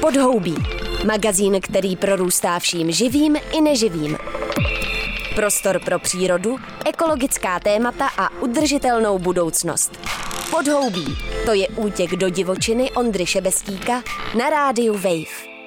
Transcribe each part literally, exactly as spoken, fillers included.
Podhoubí. Magazín, který prorůstá vším živým i neživým. Prostor pro přírodu, ekologická témata a udržitelnou budoucnost. Podhoubí. To je útěk do divočiny Ondry Šebestíka na rádiu Wave.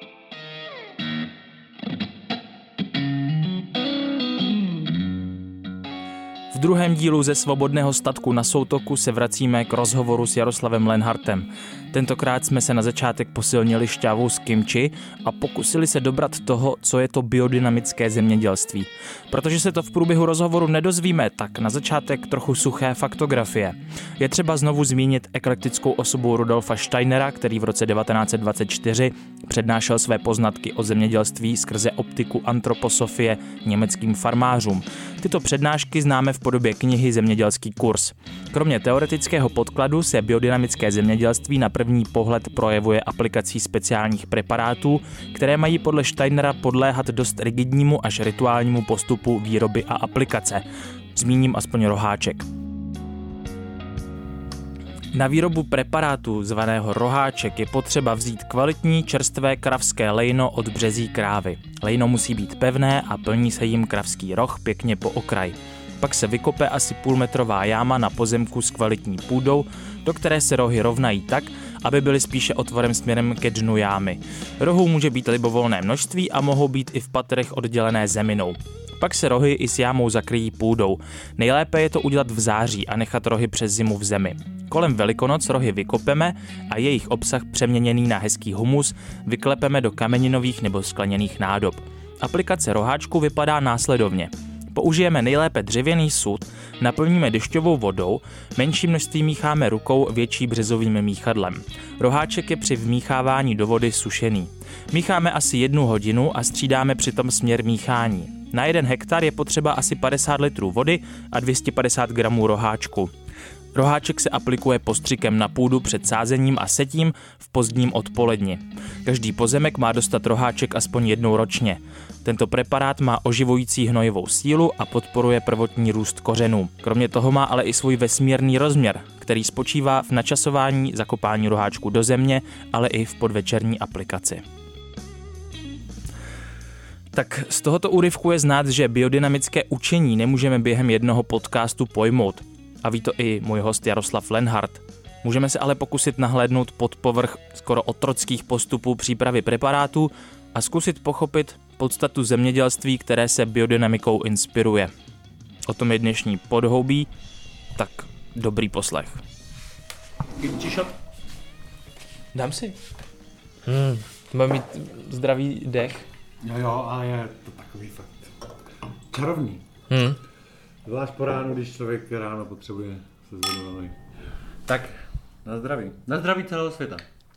V druhém dílu ze Svobodného statku na Soutoku se vracíme k rozhovoru s Jaroslavem Lenhartem. Tentokrát jsme se na začátek posilnili šťávou z kimči a pokusili se dobrat toho, co je to biodynamické zemědělství. Protože se to v průběhu rozhovoru nedozvíme, tak na začátek trochu suché faktografie. Je třeba znovu zmínit eklektickou osobu Rudolfa Steinera, který v roce devatenáct set dvacet čtyři přednášel své poznatky o zemědělství skrze optiku antroposofie německým farmářům. Tyto přednášky známe v podobě knihy Zemědělský kurz. Kromě teoretického podkladu se biodynamické zemědělství na první pohled projevuje aplikací speciálních preparátů, které mají podle Steinera podléhat dost rigidnímu až rituálnímu postupu výroby a aplikace. Zmíním aspoň roháček. Na výrobu preparátu zvaného roháček je potřeba vzít kvalitní čerstvé kravské lejno od březí krávy. Lejno musí být pevné a plní se jim kravský roh pěkně po okraj. Pak se vykope asi půlmetrová jáma na pozemku s kvalitní půdou, do které se rohy rovnají tak, aby byly spíše otvorem směrem ke dnu jámy. Rohů může být libovolné množství a mohou být i v patrech oddělené zeminou. Pak se rohy i s jámou zakryjí půdou. Nejlépe je to udělat v září a nechat rohy přes zimu v zemi. Kolem Velikonoc rohy vykopeme a jejich obsah přeměněný na hezký humus vyklepeme do kameninových nebo skleněných nádob. Aplikace roháčku vypadá následovně. Použijeme nejlépe dřevěný sud, naplníme dešťovou vodou, menší množství mícháme rukou, větší březovým míchadlem. Roháček je při vmíchávání do vody sušený. Mícháme asi jednu hodinu a střídáme přitom směr míchání. Na jeden hektar je potřeba asi padesát litrů vody a dvě stě padesát gramů roháčku. Roháček se aplikuje postřikem na půdu před sázením a setím v pozdním odpoledni. Každý pozemek má dostat roháček aspoň jednou ročně. Tento preparát má oživující hnojivou sílu a podporuje prvotní růst kořenů. Kromě toho má ale i svůj vesmírný rozměr, který spočívá v načasování zakopání roháčku do země, ale i v podvečerní aplikaci. Tak z tohoto úryvku je znát, že biodynamické učení nemůžeme během jednoho podcastu pojmout. A ví to i můj host Jaroslav Lenhart. Můžeme se ale pokusit nahlédnout pod povrch skoro otrockých postupů přípravy preparátů a zkusit pochopit podstatu zemědělství, které se biodynamikou inspiruje. O tom je dnešní Podhoubí, tak dobrý poslech. Kimči Dám si. Hmm, mám mít zdravý dech. Jo, jo, a je to takový fakt čarovný. Hmm. Zvlášť po ránu, když člověk ráno potřebuje se zvednout. Tak, na zdraví. Na zdraví celého světa.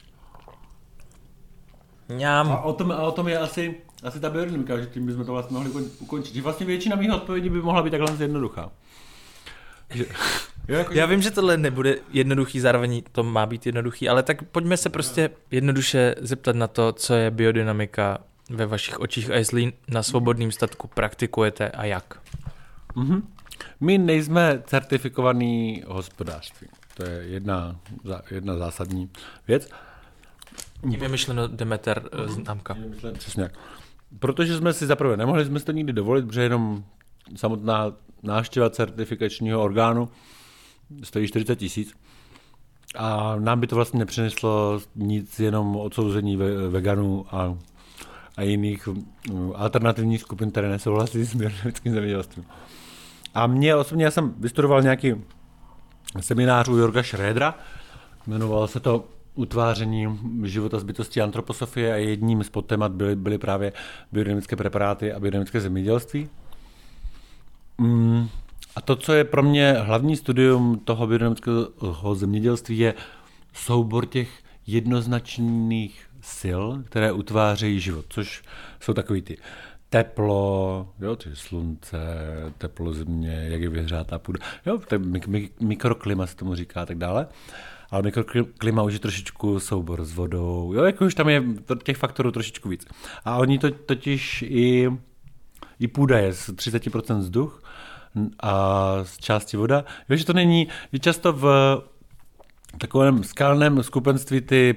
Mňam. A o tom, a o tom je asi, asi ta biodynamika, že tím bychom to vlastně mohli ukončit. Že vlastně většina mých odpovědí by mohla být takhle jednoduchá. Že, jo, jako Já vím, že tohle nebude jednoduchý, zároveň to má být jednoduchý, ale tak pojďme se prostě jednoduše zeptat na to, co je biodynamika ve vašich očích a jestli na Svobodném statku praktikujete a jak. Mm-hmm. My nejsme certifikovaný hospodářství. To je jedna, jedna zásadní věc. Tím je myšleno Demeter známka. Přesně jak. Protože jsme si zaprvé nemohli jsme si to nikdy dovolit, protože jenom samotná návštěva certifikačního orgánu stojí čtyřicet tisíc. A nám by to vlastně nepřineslo nic, jenom odsouzení ve, veganů a, a jiných alternativních skupin, které nesouhlasí s biodynamickým zemědělstvím. A mě osobně, já jsem vystudoval nějaký seminář u Jorga Schrödera, jmenovalo se to Utváření života z bytosti antroposofie a jedním z podtémat byly, byly právě biodynamické preparáty a biodynamické zemědělství. Mm, a to, co je pro mě hlavní studium toho biodynamického zemědělství, je soubor těch jednoznačných sil, které utvářejí život, což jsou takový ty teplo, jo, ty slunce, teplo země, jak je vyhřátá půda, jo, to je mik- mik- mikroklima se tomu říká a tak dále. Ale mikroklima už je trošičku soubor s vodou, jo, jako už tam je těch faktorů trošičku víc. A oni to totiž i, i půda je z třicet procent vzduch a z části voda. Jo, že to není, je často v takovém skalném skupenství ty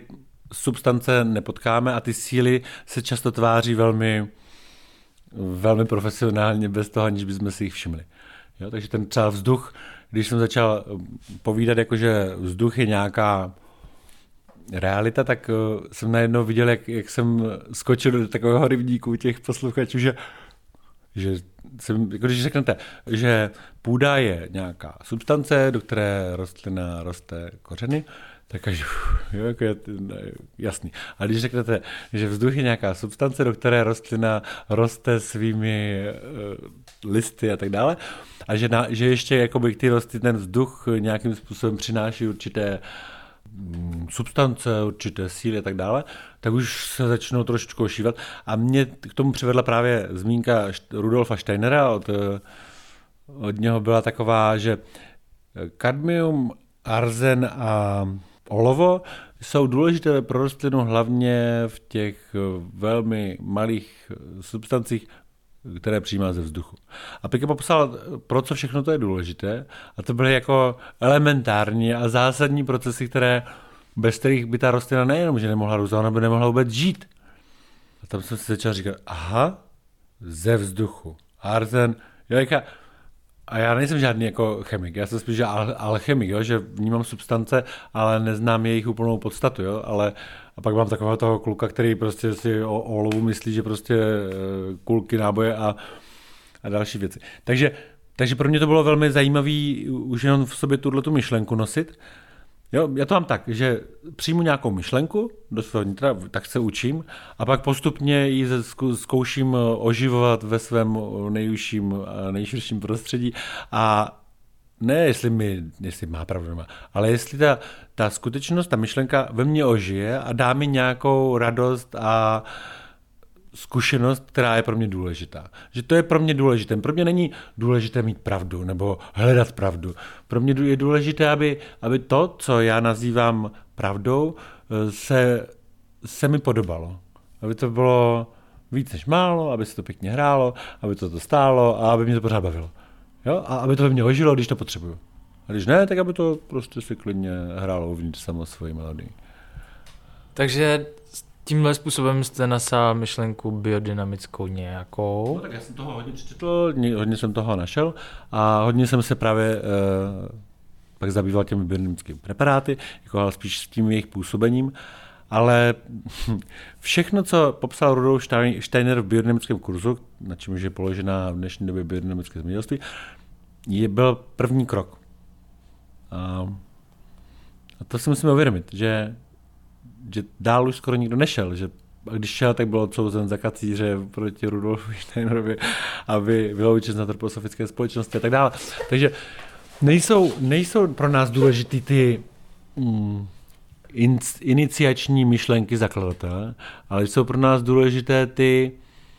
substance nepotkáme a ty síly se často tváří velmi, velmi profesionálně, bez toho, aniž bychom si jich všimli. Jo, takže ten třeba vzduch, když jsem začal povídat, jako že vzduch je nějaká realita, tak jsem najednou viděl, jak, jak jsem skočil do takového rybníku těch posluchačů, že, že jsem, jako když řeknete, že půda je nějaká substance, do které rostlina roste kořeny, tak každý, jo, jako je jasný. A když řeknete, že vzduch je nějaká substance, do které rostlina roste svými uh, listy a tak dále, a že, na, že ještě jakoby ty rosty, ten vzduch nějakým způsobem přináší určité um, substance, určité síly a tak dále, tak už se začnou trošičku ošívat. A mě k tomu přivedla právě zmínka Rudolfa Steinera, od, od něho byla taková, že kadmium, arzen a olovo jsou důležité pro rostlinu hlavně v těch velmi malých substancích, které přijímá ze vzduchu. A Pike popsal, pro co všechno to je důležité, a to byly jako elementární a zásadní procesy, které, bez kterých by ta rostlina nejenom, že nemohla růst, ona by nemohla vůbec žít. A tam jsem si začal říkat, aha, ze vzduchu. Arzen, jo, jaká, a já nejsem žádný jako chemik, já jsem spíš al- alchemik, jo, že vnímám substance, ale neznám jejich úplnou podstatu, jo, ale a pak mám takového toho kluka, který prostě si o, o olovu myslí, že prostě e, kulky, náboje a, a další věci. Takže, takže pro mě to bylo velmi zajímavé už jenom v sobě tuhletu myšlenku nosit. Jo, já to mám tak, že přijmu nějakou myšlenku do svého nitra, tak se učím a pak postupně ji zkouším oživovat ve svém nejužším a nejširším prostředí a ne jestli, mi, jestli má pravdu, nemá, ale jestli ta, ta skutečnost, ta myšlenka ve mně ožije a dá mi nějakou radost a zkušenost, která je pro mě důležitá. Že to je pro mě důležité. Pro mě není důležité mít pravdu nebo hledat pravdu. Pro mě je důležité, aby, aby to, co já nazývám pravdou, se, se mi podobalo. Aby to bylo víc než málo, aby se to pěkně hrálo, aby to to stálo a aby mě to pořád bavilo. Jo? A aby to ve mně ožilo, když to potřebuju. A když ne, tak aby to prostě si klidně hrálo uvnitř samo svoji melodii. Takže tímhle způsobem jste nasál myšlenku biodynamickou nějakou? No tak já jsem toho hodně přečetl, hodně jsem toho našel a hodně jsem se právě eh, pak zabýval těmi biodynamickými preparáty, jako ale spíš s tím jejich působením, ale všechno, co popsal Rudolf Steiner v biodynamickém kurzu, na čemž je položená v dnešní době biodynamické zemědělství, je byl první krok. A, a to si musíme uvědomit, že že dál už skoro nikdo nešel, že a když šel, tak byl odsouzen za kacíře proti Rudolfu Steinerovi, aby vyloučil z antroposofické společnosti a tak dále. Takže nejsou, nejsou pro nás důležitý ty mm, in, iniciační myšlenky zakladatele, ale jsou pro nás důležité ty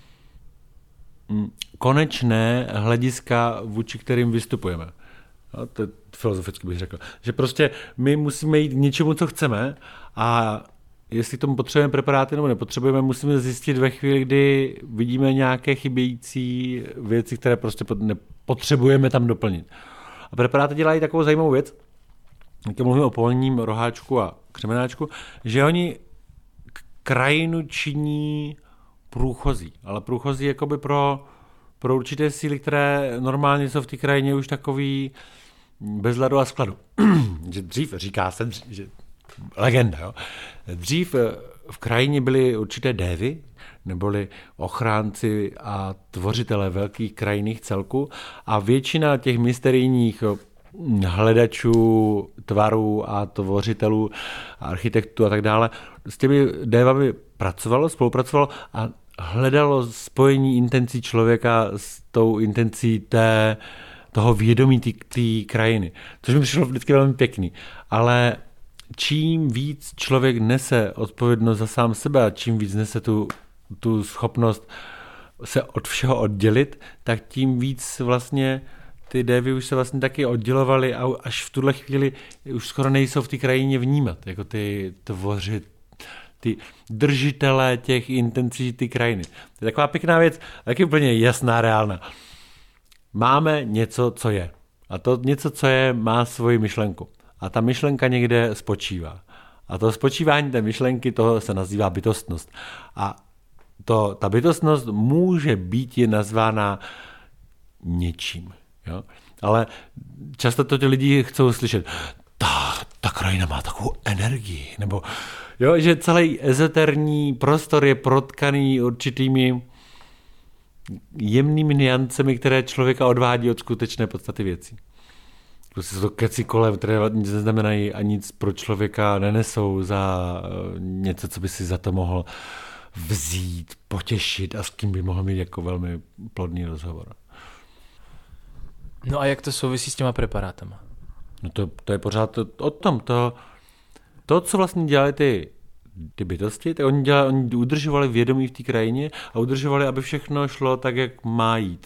mm, konečné hlediska, vůči kterým vystupujeme. No, to filozoficky bych řekl. Že prostě my musíme jít k něčemu, co chceme a jestli tomu potřebujeme preparáty nebo nepotřebujeme, musíme zjistit ve chvíli, kdy vidíme nějaké chybějící věci, které prostě potřebujeme tam doplnit. A preparáty dělají takovou zajímavou věc, jak mluvím o polním roháčku a křemenáčku, že oni krajinu činí průchozí, ale průchozí jakoby pro, pro určité síly, které normálně jsou v té krajině už takový bez ladu a skladu. Že dřív, říká se, že legenda, jo. Dřív v krajině byly určité dévy, neboli ochránci a tvořitelé velkých krajinných celků a většina těch mysterijních hledačů, tvarů a tvořitelů, architektů a tak dále s těmi dévami pracovalo, spolupracovalo a hledalo spojení intencí člověka s tou intencí té, toho vědomí té krajiny. Což mi přišlo vždycky velmi pěkný. Ale čím víc člověk nese odpovědnost za sám sebe a čím víc nese tu, tu schopnost se od všeho oddělit, tak tím víc vlastně ty dévy už se vlastně taky oddělovaly a až v tuhle chvíli už skoro nejsou v té krajině vnímat, jako ty tvořit, ty držitelé těch intencí ty krajiny. To je taková pěkná věc, taky úplně jasná, reálná. Máme něco, co je. A to něco, co je, má svoji myšlenku. A ta myšlenka někde spočívá. A to spočívání té myšlenky, toho se nazývá bytostnost. A to, ta bytostnost může být je nazvána něčím. Jo? Ale často to ty lidi chcou slyšet, ta, ta krajina má takovou energii, nebo jo, že celý ezoterní prostor je protkaný určitými jemnými niancemi, které člověka odvádí od skutečné podstaty věcí. Prostě jsou to keci kolem, které nic neznamenají a nic pro člověka nenesou za něco, co by si za to mohl vzít, potěšit a s kým by mohl mít jako velmi plodný rozhovor. No a jak to souvisí s těma preparátama? No to, to je pořád to, o tom. To, to, co vlastně dělali ty, ty bytosti, tak oni, dělali, oni udržovali vědomí v té krajině a udržovali, aby všechno šlo tak, jak má jít.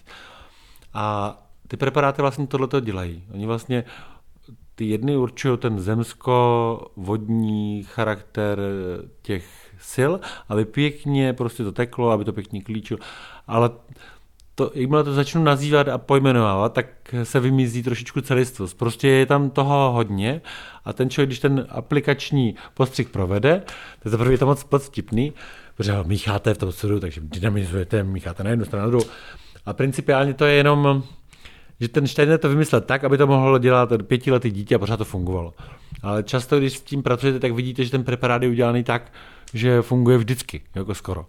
A ty preparáty vlastně tohleto dělají. Oni vlastně, ty jedny určují ten zemsko-vodní charakter těch sil, aby pěkně prostě to teklo, aby to pěkně klíčilo. Ale to, jakmile to začnu nazývat a pojmenovávat, tak se vymizí trošičku celistvost. Prostě je tam toho hodně a ten člověk, když ten aplikační postřik provede, to za první je to moc podstipný, protože ho mícháte v tom sudu, takže dynamizujete, mícháte na jednu stranu, na druhou. A principiálně to je jenom, že ten Steiner to vymyslel tak, aby to mohlo dělat pětiletý dítě a pořád to fungovalo. Ale často, když s tím pracujete, tak vidíte, že ten preparát je udělaný tak, že funguje vždycky, jako skoro.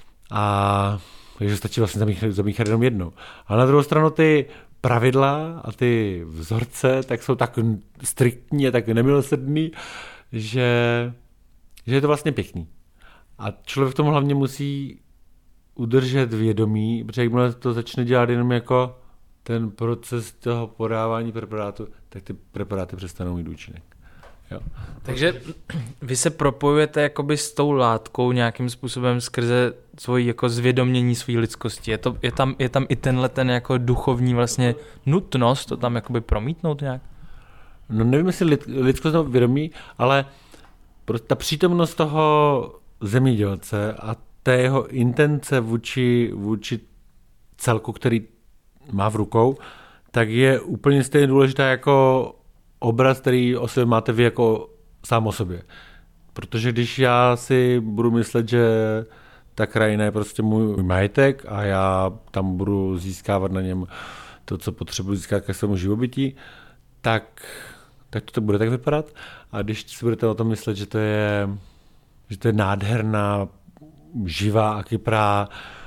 A takže stačí vlastně zamíchat, zamíchat jenom jednou. A na druhou stranu ty pravidla a ty vzorce tak jsou tak striktní a tak nemilosrdný, že, že je to vlastně pěkný. A člověk tomu hlavně musí udržet vědomí, protože jakmile to začne dělat jenom jako ten proces toho podávání preparátu, tak ty preparáty přestanou mít účinek. Jo. Takže vy se propojujete jakoby s tou látkou nějakým způsobem skrze svoji jako zvědomění své lidskosti. Je, to, je, tam, je tam i tenhle ten jako duchovní vlastně nutnost to tam jakoby promítnout nějak? No nevím, jestli lid, lidskost nebo vědomí, ale prostě ta přítomnost toho zemědělce a té jeho intence vůči, vůči celku, který má v rukou, tak je úplně stejně důležitá jako obraz, který o sobě máte vy jako sám o sobě. Protože když já si budu myslet, že ta krajina je prostě můj majetek a já tam budu získávat na něm to, co potřebuji získat ke svému živobytí, tak, tak to bude tak vypadat. A když si budete o tom myslet, že to je, že to je nádherná, živá a kyprá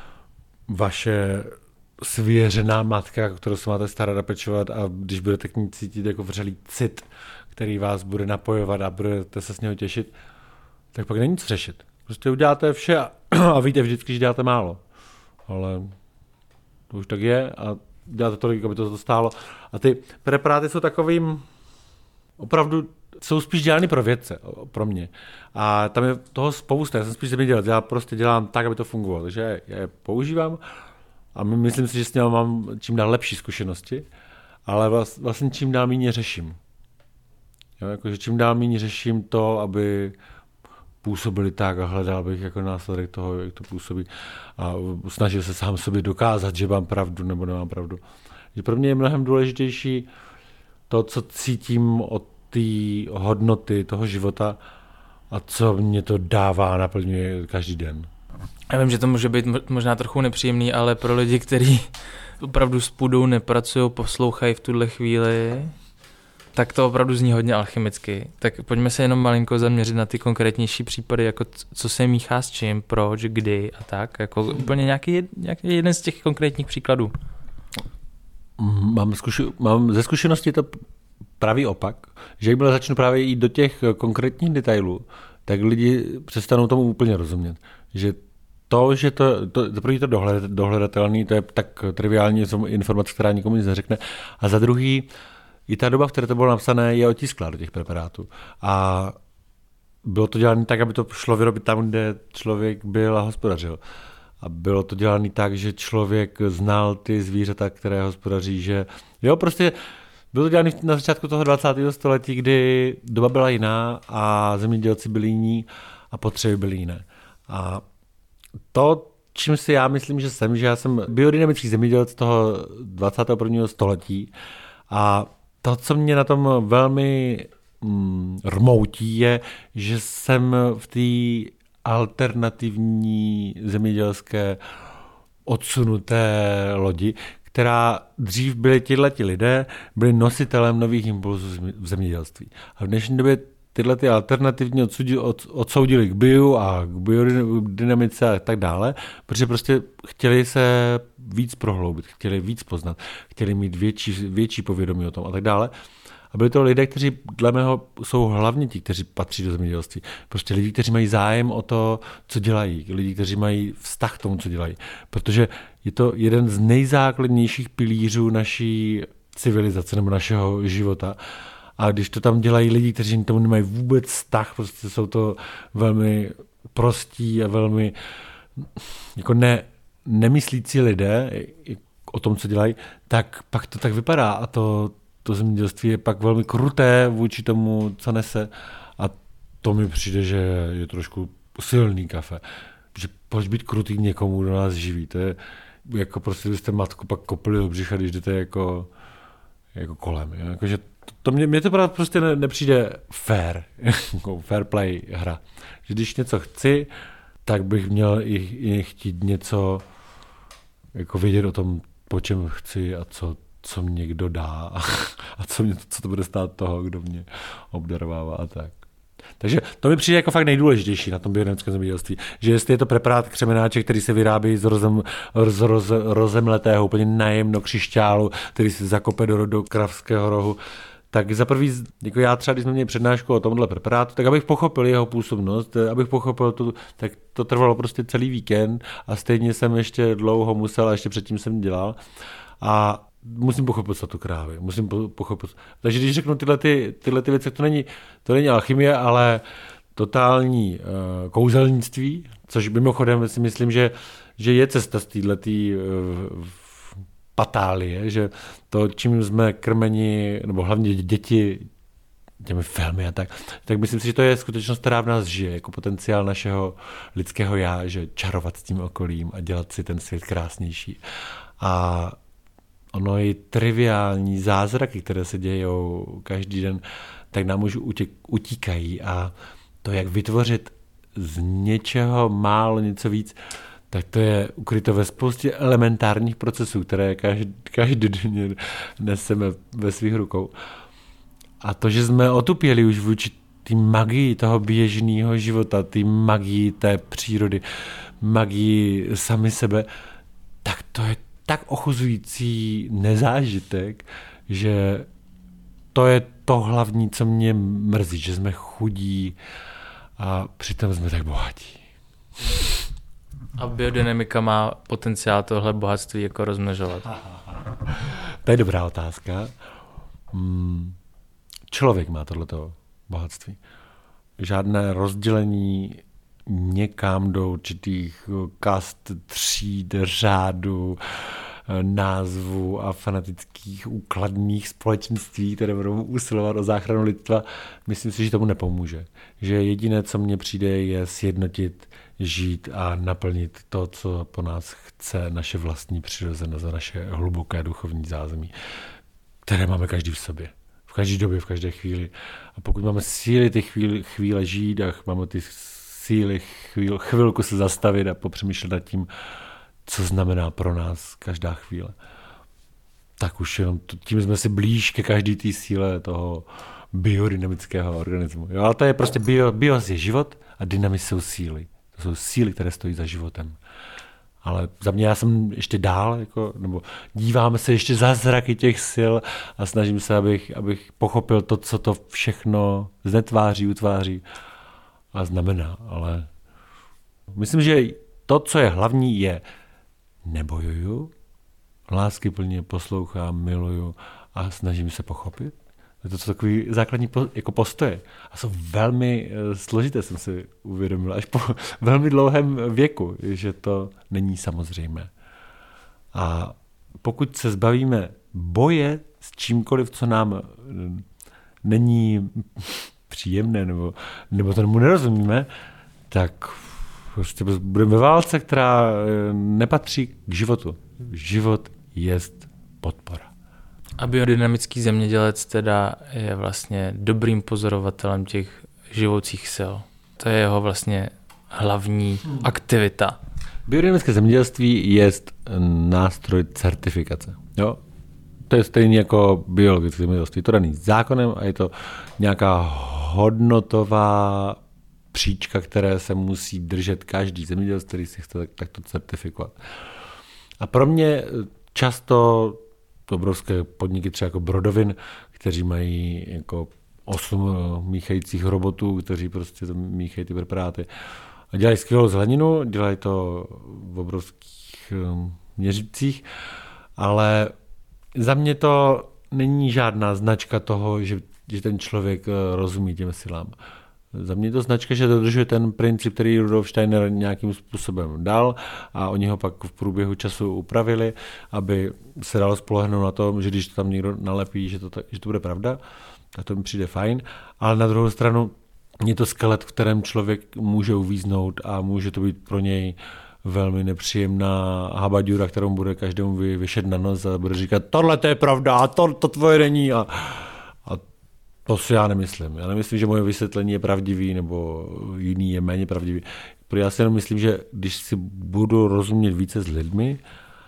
vaše svěřená matka, kterou se máte starat a pečovat a když budete k ní cítit jako vřelý cit, který vás bude napojovat a budete se s něho těšit, tak pak není nic řešit. Prostě uděláte vše a víte vždycky, že děláte málo. Ale to už tak je a děláte tolik, aby to stálo. A ty preparáty jsou takovým, opravdu jsou spíš dělány pro vědce, pro mě. A tam je toho spousta, já jsem spíš zemědělec, já prostě dělám tak, aby to fungovalo. Takže já je používám a myslím si, že s ním mám čím dál lepší zkušenosti, ale vlastně čím dál méně řeším. Jo, jakože čím dál méně řeším to, aby působili tak a hledal bych jako následek toho, jak to působí a snažil se sám sobě dokázat, že mám pravdu nebo nemám pravdu. Že pro mě je mnohem důležitější to, co cítím od té hodnoty toho života a co mě to dává a naplňuje každý den. Já vím, že to může být možná trochu nepříjemný, ale pro lidi, kteří opravdu s půdou nepracují, poslouchají v tuhle chvíli, tak to opravdu zní hodně alchemicky. Tak pojďme se jenom malinko zaměřit na ty konkrétnější případy, jako co se míchá s čím, proč, kdy a tak. Jako úplně nějaký, nějaký jeden z těch konkrétních příkladů. Mám, zkuši, mám ze zkušenosti to pravý opak, že jakmile začnu právě jít do těch konkrétních detailů, tak lidi přestanou tomu úplně rozumět. Že to, že to, to za první to dohled, dohledatelný, to je tak triviální informace, která nikomu nic neřekne. A za druhý, i ta doba, v které to bylo napsané, je otisklá do těch preparátů. A bylo to dělané tak, aby to šlo vyrobit tam, kde člověk byl a hospodařil. A bylo to dělané tak, že člověk znal ty zvířata, které hospodaří, že jo, prostě bylo to dělané na začátku toho dvacátého století, kdy doba byla jiná a zemědělci byli jiní a potřeby byly jiné. A to, čím si já myslím, že jsem, že já jsem biodynamický zemědělec toho dvacátého prvního století a to, co mě na tom velmi mm, rmoutí, je, že jsem v té alternativní zemědělské odsunuté lodi, která dřív byli tihleti lidé, byli nositelem nových impulzů v zemědělství. A v dnešní době tyhle ty alternativní odsoudili, od, odsoudili k bio a k biodynamice a tak dále, protože prostě chtěli se víc prohloubit, chtěli víc poznat, chtěli mít větší, větší povědomí o tom a tak dále. A byli to lidé, kteří dle mého jsou hlavně ti, kteří patří do zemědělství. Prostě lidi, kteří mají zájem o to, co dělají. Lidi, kteří mají vztah k tomu, co dělají. Protože je to jeden z nejzákladnějších pilířů naší civilizace nebo našeho života. A když to tam dělají lidi, kteří tomu nemají vůbec vztah, prostě jsou to velmi prostí a velmi jako ne, nemyslící lidé o tom, co dělají, tak pak to tak vypadá a to To zemědělství je pak velmi kruté vůči tomu, co nese. A to mi přijde, že je trošku silný kafe. Že proč být krutý někomu, kdo nás živí. To je jako prostě, byste matku pak kopli do břicha, když jdete jako, jako kolem. Jakože to, to mě, mě to prostě ne, nepřijde fair. Jako fair play hra. Že když něco chci, tak bych měl i, i chtít něco jako vědět o tom, po čem chci a co co mě někdo dá a co, mě, co to bude stát toho, kdo mě obdarovává a tak. Takže to mi přijde jako fakt nejdůležitější na tom biodynamickém zemědělství, že jestli je to preparát křemenáče, který se vyrábí z, rozem, z roz, rozemletého, úplně najemno křišťálu, který se zakope do, do kravského rohu, tak za prvý, jako já třeba, když jsme měli přednášku o tomhle preparátu, tak abych pochopil jeho působnost, abych pochopil to, tak to trvalo prostě celý víkend a stejně jsem ještě dlouho musel a ještě předtím jsem dělal a musím pochopit podstatu krávy, musím pochopit. Takže když řeknu tyhle, ty, tyhle ty věci, to není, to není alchymie, ale totální uh, kouzelnictví, což mimochodem si myslím, že, že je cesta z této uh, patálie, že to, čím jsme krmeni, nebo hlavně děti těmi filmy a tak, tak myslím si, že to je skutečnost, která v nás žije, jako potenciál našeho lidského já, že čarovat s tím okolím a dělat si ten svět krásnější. A ono i triviální zázraky, které se dějou každý den, tak nám už utíkají a to, jak vytvořit z něčeho málo něco víc, tak to je ukryto ve spoustě elementárních procesů, které každý, každý den neseme ve svých rukou. A to, že jsme otupěli už vůči té magii toho běžného života, té magii té přírody, magii sami sebe, tak to je tak ochuzující nezážitek, že to je to hlavní, co mě mrzí, že jsme chudí a přitom jsme tak bohatí. A biodynamika má potenciál tohle bohatství jako rozmnožovat? To je dobrá otázka. Člověk má tohleto bohatství. Žádné rozdělení někam do určitých kast, tříd, řádů, názvů a fanatických úkladných společenství, které budou usilovat o záchranu lidstva, myslím si, že tomu nepomůže. Že jediné, co mně přijde, je sjednotit, žít a naplnit to, co po nás chce naše vlastní přirozenost a naše hluboké duchovní zázemí, které máme každý v sobě. V každé době, v každé chvíli. A pokud máme síly ty chvíle, chvíle žít a máme ty síly chvíl, chvilku se zastavit a popřemýšlet nad tím, co znamená pro nás každá chvíle, tak už jenom tím jsme si blíž ke každý té síle toho biodynamického organismu. Jo, ale to je prostě bio, bios je život a dynamis jsou síly. To jsou síly, které stojí za životem. Ale za mě já jsem ještě dál, jako, nebo díváme se ještě za zraky těch sil a snažím se, abych, abych pochopil to, co to všechno znetváří, utváří a znamená. Ale myslím, že to, co je hlavní, je nebojuju, láskyplně poslouchám, miluju a snažím se pochopit. To jsou takový základní jako postoje. A jsou velmi složité, jsem si uvědomil, až po velmi dlouhém věku, že to není samozřejmé. A pokud se zbavíme boje s čímkoliv, co nám není příjemné, nebo, nebo tomu nerozumíme, tak prostě budeme ve válce, která nepatří k životu. Život jest podpora. A biodynamický zemědělec teda je vlastně dobrým pozorovatelem těch živoucích sil. To je jeho vlastně hlavní aktivita. Biodynamické zemědělství je nástroj certifikace. Jo? To je stejně jako biologické zemědělství. To daný zákonem a je to nějaká hodnotová příčka, které se musí držet každý zemědělec, který si chce takto certifikovat. A pro mě často obrovské podniky třeba jako Brodovin, kteří mají jako osm míchajících robotů, kteří prostě míchají ty preparáty a dělají skvělou zeleninu, dělají to v obrovských měřících, ale za mě to není žádná značka toho, že, že ten člověk rozumí těm silám. Za mě je to značka, že dodržuje ten princip, který Rudolf Steiner nějakým způsobem dal a oni ho pak v průběhu času upravili, aby se dalo spolehnout na tom, že když to tam někdo nalepí, že to, že to bude pravda, tak to mi přijde fajn, ale na druhou stranu je to skelet, v kterém člověk může uvíznout a může to být pro něj velmi nepříjemná habaďura, kterou bude každému vyšet na nos a bude říkat, tohle to je pravda a to, to tvoje není a, a to si já nemyslím. Já nemyslím, že moje vysvětlení je pravdivý nebo jiný je méně pravdivý. Protože já si jenom myslím, že když si budu rozumět více s lidmi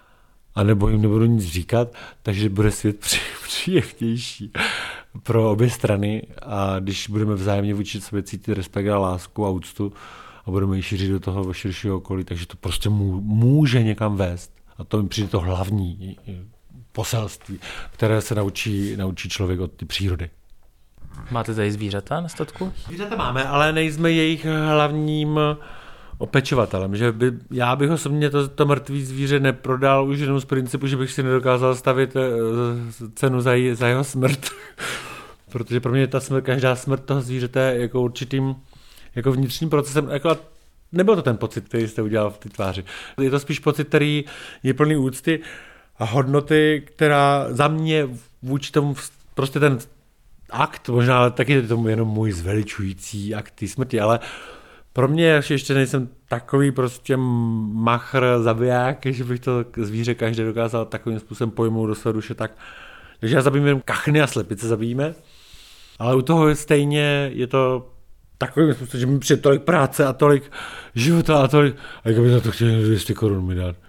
a nebo jim nebudu nic říkat, takže bude svět příjemnější pro obě strany a když budeme vzájemně vůči sobě cítit respekt a lásku a úctu a budeme ji šířit do toho širšího okolí, takže to prostě může někam vést. A to mi přijde to hlavní poselství, které se naučí, naučí člověk od té přírody. Máte tady zvířata na statku? Zvířata máme, ale nejsme jejich hlavním opečovatelem. Že by, já bych osobně to, to mrtvý zvíře neprodal už jenom z principu, že bych si nedokázal stavit cenu za, za jeho smrt. Protože pro mě ta smrt, každá smrt toho zvířete je jako určitým jako vnitřním procesem. Jako, nebyl to ten pocit, který jste udělal v té tváři. Je to spíš pocit, který je plný úcty a hodnoty, která za mě vůči tomu prostě ten akt, možná ale taky je to jenom můj zveličující akt té smrti, ale pro mě ještě nejsem takový prostě machr, zabiják, že bych to zvíře každý dokázal takovým způsobem pojmout do své duše tak. Takže já zabijím jenom kachny a slepice zabijíme, ale u toho stejně je to takovým způsobem, že mi přijde tolik práce a tolik života a tolik, a jak by za to chtěli dvě stě korun mi dát.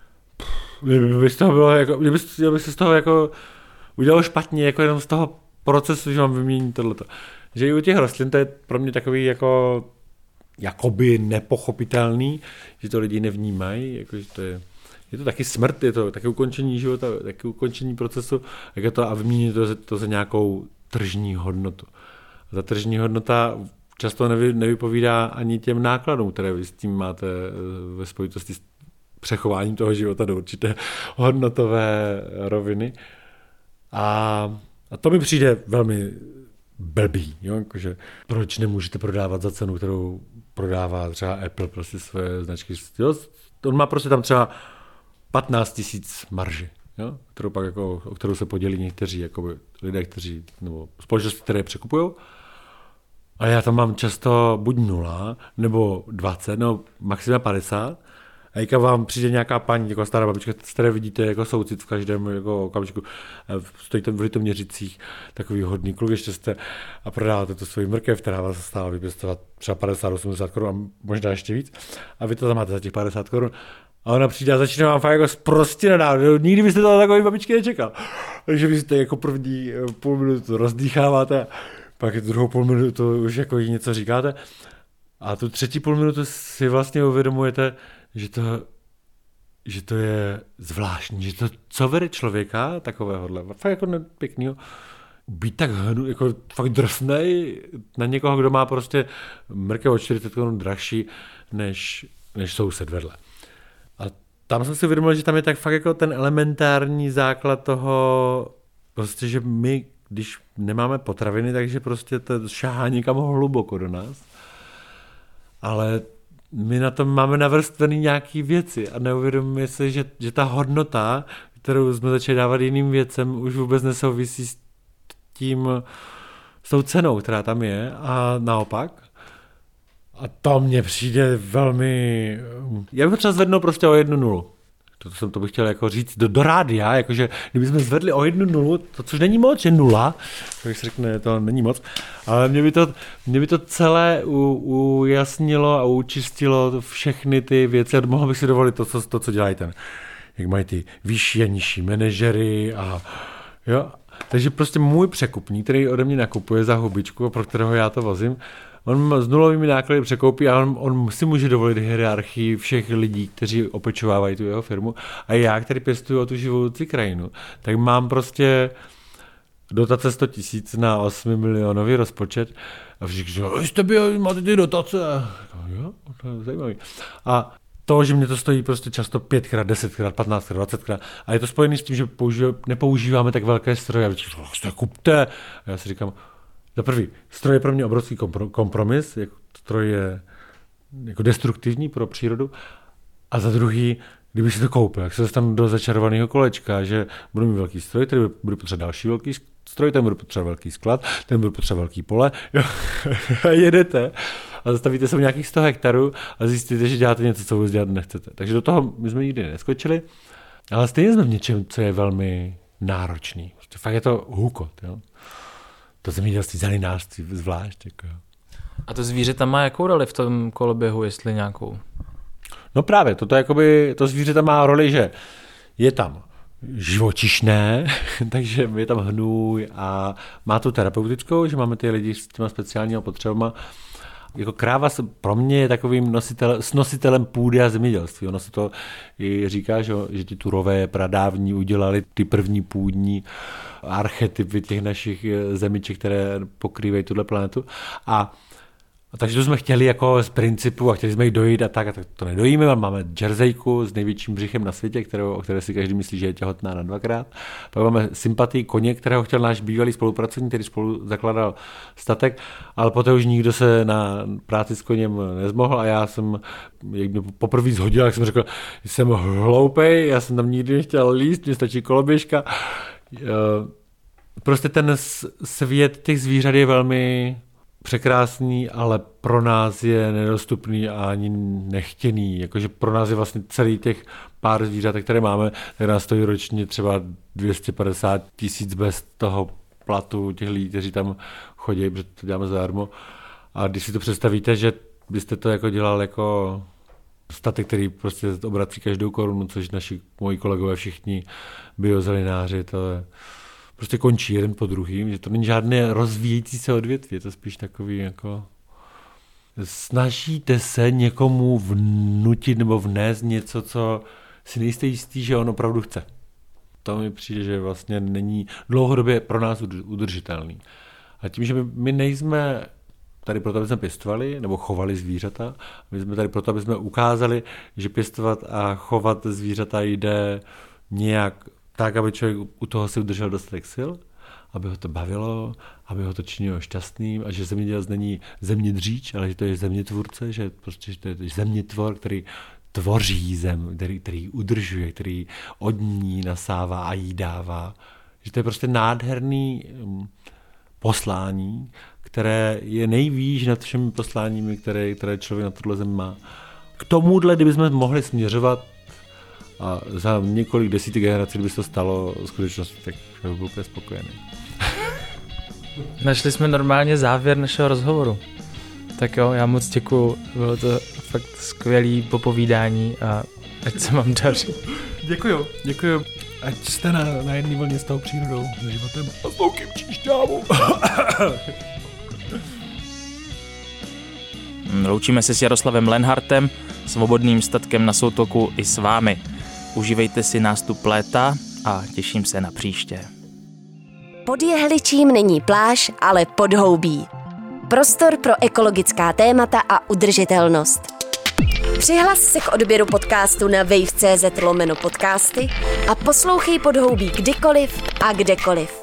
Kdyby z toho bylo jako, kdyby, kdyby se z toho jako udělalo špatně, jako jenom z toho procesu, že mám vyměnit tohleto. Že i u těch rostlin to je pro mě takový jako jakoby nepochopitelný, že to lidi nevnímají, jakože to je, je to taky smrt, je to taky ukončení života, taky ukončení procesu, jak je to a vyměnit to, to za nějakou tržní hodnotu. A ta tržní hodnota často nevy, nevypovídá ani těm nákladům, které vy s tím máte ve spojitosti s přechováním toho života do určité hodnotové roviny. A A to mi přijde velmi blbý, jo? Jakože, proč nemůžete prodávat za cenu, kterou prodává třeba Apple prostě své značky. Jo? On má prostě tam třeba patnáct tisíc marži, jo? Kterou pak jako, o kterou se podělí někteří jakoby, lidé, kteří, nebo společnosti, které překupují. A já tam mám často buď nula, nebo dvacet, nebo maximálně padesát. A jaka vám přijde nějaká paní, jako stará babička, z které vidíte jako soucit v každém jako okamžiku, stojíte v litoměřicích, takový hodný kluk, ještě jste a prodáváte to svůj mrkev, která vás stála vypěstovat třeba padesát osmdesát korun a možná ještě víc. A vy to tam máte za těch padesát korun. A ona přijde a začne vám fakt jako prostě nadávat. Nikdy byste to takový babičky nečekal. Takže vy jste jako první půl minutu rozdýcháváte, pak druhou půl minutu už jako jí něco říkáte. A tu třetí půl minutu si vlastně uvědomujete, že to, že to je zvláštní, že to, co vede člověka takovéhohle, fakt jako pěknýho, být tak hnu, jako fakt drsnej na někoho, kdo má prostě mrkev o čtyřicet korun dražší než, než soused vedle. A tam jsem si uvědomil, že tam je tak fakt jako ten elementární základ toho, prostě, že my, když nemáme potraviny, takže prostě to šahá někam hluboko do nás. Ale my na tom máme navrstvený nějaký věci a neuvědomíme se, že, že ta hodnota, kterou jsme začali dávat jiným věcem, už vůbec nesouvisí s tím, s tou cenou, která tam je a naopak. A to mně přijde velmi... Já bych třeba zvednul prostě o jednu nulu. To, jsem, to bych chtěl jako říct do, do rádia, jakože kdybychom zvedli o jednu nulu, to což není moc, je nula, tak se řekne, to není moc, ale mě by to, mě by to celé u, ujasnilo a učistilo všechny ty věci a mohl bych si dovolit to, co, to, co dělají ten, jak mají ty vyšší a nižší manažery a jo. Takže prostě můj překupník, který ode mě nakupuje za hubičku, pro kterého já to vozím, on s nulovými náklady překoupí a on, on si může dovolit hierarchii všech lidí, kteří opečovávají tu jeho firmu. A já, který pěstuju o tu živoucí krajinu, tak mám prostě dotace sto tisíc na osmi milionový rozpočet a všichni říkají, jste by máte ty dotace. Jo, to je zajímavý. A to, že mě to stojí prostě často pětkrát, desetkrát, patnáctkrát, dvacetkrát. A je to spojené s tím, že použív, nepoužíváme tak velké stroje. A vy říkáte, vlastně kupte. A já si říkám, za prvý, stroj je pro mě obrovský kompromis, jako stroj je jako destruktivní pro přírodu. A za druhý, kdybych si to koupil, jak se dostanu do začarovaného kolečka, že budu mít velký stroj, který budu potřebovat další velký stroj, ten budu potřebovat velký sklad, ten budu potřebovat velký pole. Jo. A jedete a zastavíte se v nějakých sto hektarů a zjistíte, že děláte něco, co vůbec dělat nechcete. Takže do toho my jsme nikdy neskočili, ale stejně jsme v něčem, co je velmi náročný. Fakt je to hůkot. Jo. To zemědělství, zelenářství zvlášť. Jako. A to zvíře tam má jakou roli v tom koloběhu, jestli nějakou? No právě, toto jakoby, to zvíře tam má roli, že je tam živočišné, takže je tam hnůj a má tu terapeutickou, že máme ty lidi s těma speciálníma potřebama. Jako kráva pro mě je takovým nositel, s nositelem půdy a zemědělství. Ono se to i říká, že, že ti Turové pradávní udělali ty první půdní archetypy těch našich zemiček, které pokrývají tuhle planetu. A A takže to jsme chtěli jako z principu a chtěli jsme ji dojít a tak, a tak to nedojíme. Máme Jerseyku s největším břichem na světě, kterou, o které si každý myslí, že je těhotná na dvakrát. Pak máme Sympatii koně, kterého chtěl náš bývalý spolupracovník, který spolu zakládal statek, ale poté už nikdo se na práci s koněm nezmohl a já jsem, jak mě poprvé zhodil, jak jsem řekl, jsem hloupej, já jsem tam nikdy nechtěl líst, mě stačí koloběžka. Prostě ten svět těch zvířat je velmi překrásný, ale pro nás je nedostupný a ani nechtěný. Jakože pro nás je vlastně celý těch pár zvířat, které máme, tak nás stojí ročně třeba dvě stě padesát tisíc bez toho platu těch lidí, kteří tam chodí, protože to děláme zadarmo. A když si to představíte, že byste to jako dělal jako statek, který prostě obrací každou korunu, což naši moji kolegové všichni biozelináři, to je prostě končí jeden po druhým, že to není žádné rozvíjející se odvětví, je to spíš takový jako snažíte se někomu vnutit nebo vnést něco, co si nejste jistý, že on opravdu chce. To mi přijde, že vlastně není dlouhodobě pro nás udržitelný. A tím, že my, my nejsme tady proto, aby jsme pěstovali nebo chovali zvířata, my jsme tady proto, aby jsme ukázali, že pěstovat a chovat zvířata jde nějak tak, aby člověk u toho si udržel dostatek sil, aby ho to bavilo, aby ho to činilo šťastným a že zemědělec není zemědříč, ale že to je zemětvůrce, že prostě že to je zemětvor, který tvoří zem, který, který udržuje, který od ní nasává a jí dává. Že to je prostě nádherný poslání, které je nejvýš nad všemi posláními, které, které člověk na tuhle zemi má. K tomuhle, kdybychom mohli směřovat a za několik desítek generací, kdyby se to stalo v skutečnosti, tak bych byl úplně spokojený. Našli jsme normálně závěr našeho rozhovoru. Tak jo, já moc děkuju, bylo to fakt skvělý popovídání a ať se vám daří. Děkuju, děkuju. Ať jste na, na jedné vlně s tou přírodou, s životem a s tou kimčí šťávou. Loučíme se s Jaroslavem Lenhartem, svobodným statkem na soutoku i s vámi. Užívejte si nástup léta a těším se na příště. Pod Jehličím není pláž, ale podhoubí. Prostor pro ekologická témata a udržitelnost. Přihlas se k odběru podcastu na wave tečka cz lomeno podcasty a poslouchej Podhoubí kdykoliv a kdekoliv.